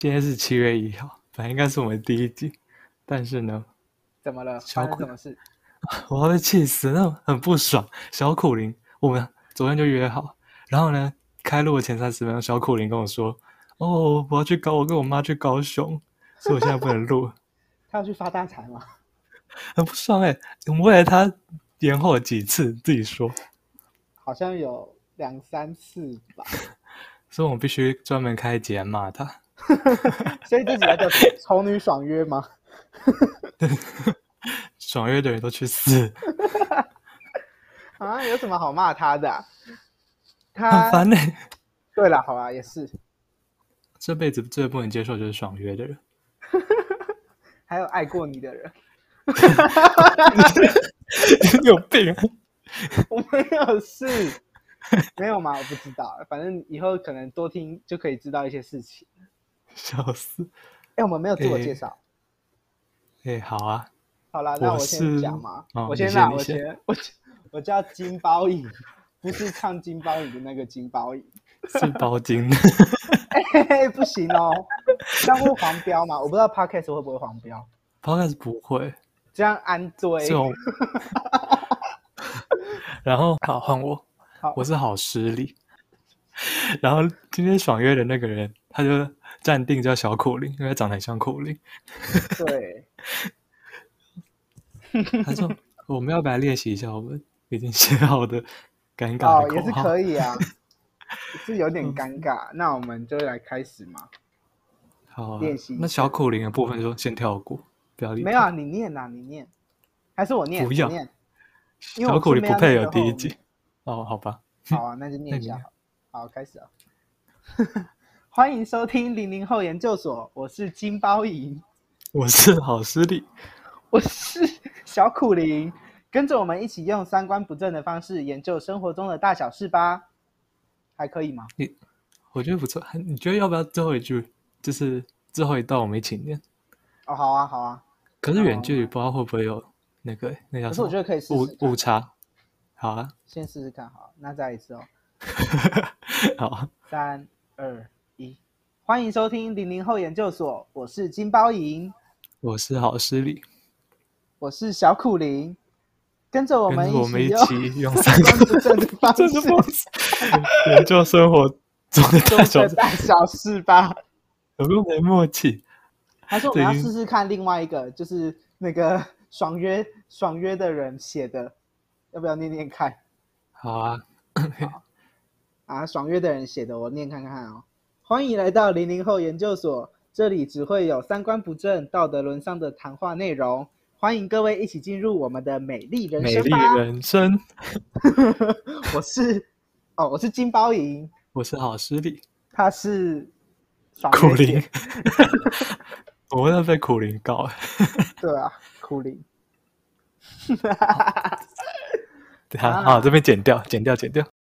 今天是7月1号，本来应该是我们第一集，但是呢， 怎么了？ 小苦发生什么事？ 我要被气死，那种很不爽。小苦灵，我们昨天就约好，然后呢，开录的前30分钟，小苦灵跟我说：“哦，我跟我妈去高雄，所以我现在不能录。” 他要去发大财吗？ 很不爽我们为了他延后了几次，自己说， 好像有2、3次吧。 所以我们必须专门开一集来骂他。 所以这集要叫什么？丑女爽约吗？ 爽约的人都去死。 啊，有什么好骂他的啊？ 很烦对了，好啦，也是。 这辈子最不能接受就是爽约的人。 还有爱过你的人。 你有病啊！ 我没有事。没有吗？我不知道，反正以后可能多听就可以知道一些事情。 笑死！ 我们没有自我介绍。 好啊。 好啦，那我先讲嘛。我先啦，我叫金包银，不是唱金包银的那个金包银， 是包金的。 不行哦，这样会黄标吗？我不知道 Podcast 会不会黄标。 Podcast 不会， 这样安追。 然后好换我，我是好失礼。然后今天爽约的那个人，他就暂定叫小苦灵，因为长得很像苦灵。 对。 他说我们要不要练习一下我们已经写好的尴尬的口号？ 也是可以啊。是有点尴尬。那我们就来开始嘛。 好啊， 练习。 那小苦灵的部分就先跳过，不要理他。 没有啊，你念啊，你念，还是我念？ 不要， 念。 小苦灵不配有第一集。哦，好吧。 好啊，那就念一下。好，开始啊。欢迎收听00后研究所，我是金包银， 我是好失礼， 我是小苦灵，跟着我们一起用三观不正的方式研究生活中的大小事吧。还可以吗？ 我觉得不错。你觉得要不要最后一句，就是最后一段我们一起念？ 哦，好啊，好啊。 可是远距离不知道会不会有那叫什么？ 可是我觉得可以试试误差。好啊， 先试试看。好，那再一次哦。 好 ，3、2、1，欢迎收听00后研究所，我是金包银， 我是好失礼， 我是小苦灵，跟着我们一起用三观不正的方式研究生活中的大小事吧。 有没有没默契？ 还是我们要试试看另外一个，就是那个爽约的人写的，要不要念念看？ 好啊。 好啊，爽约的人写的，我念看看哦。欢迎来到00后研究所，这里只会有三观不正、道德沦丧的谈话内容。欢迎各位一起进入我们的美丽人生吧。 美丽人生。 我是金包银， 我是好失礼， 他是苦灵。我会被苦灵告。 对啊，苦灵。 好，这边剪掉。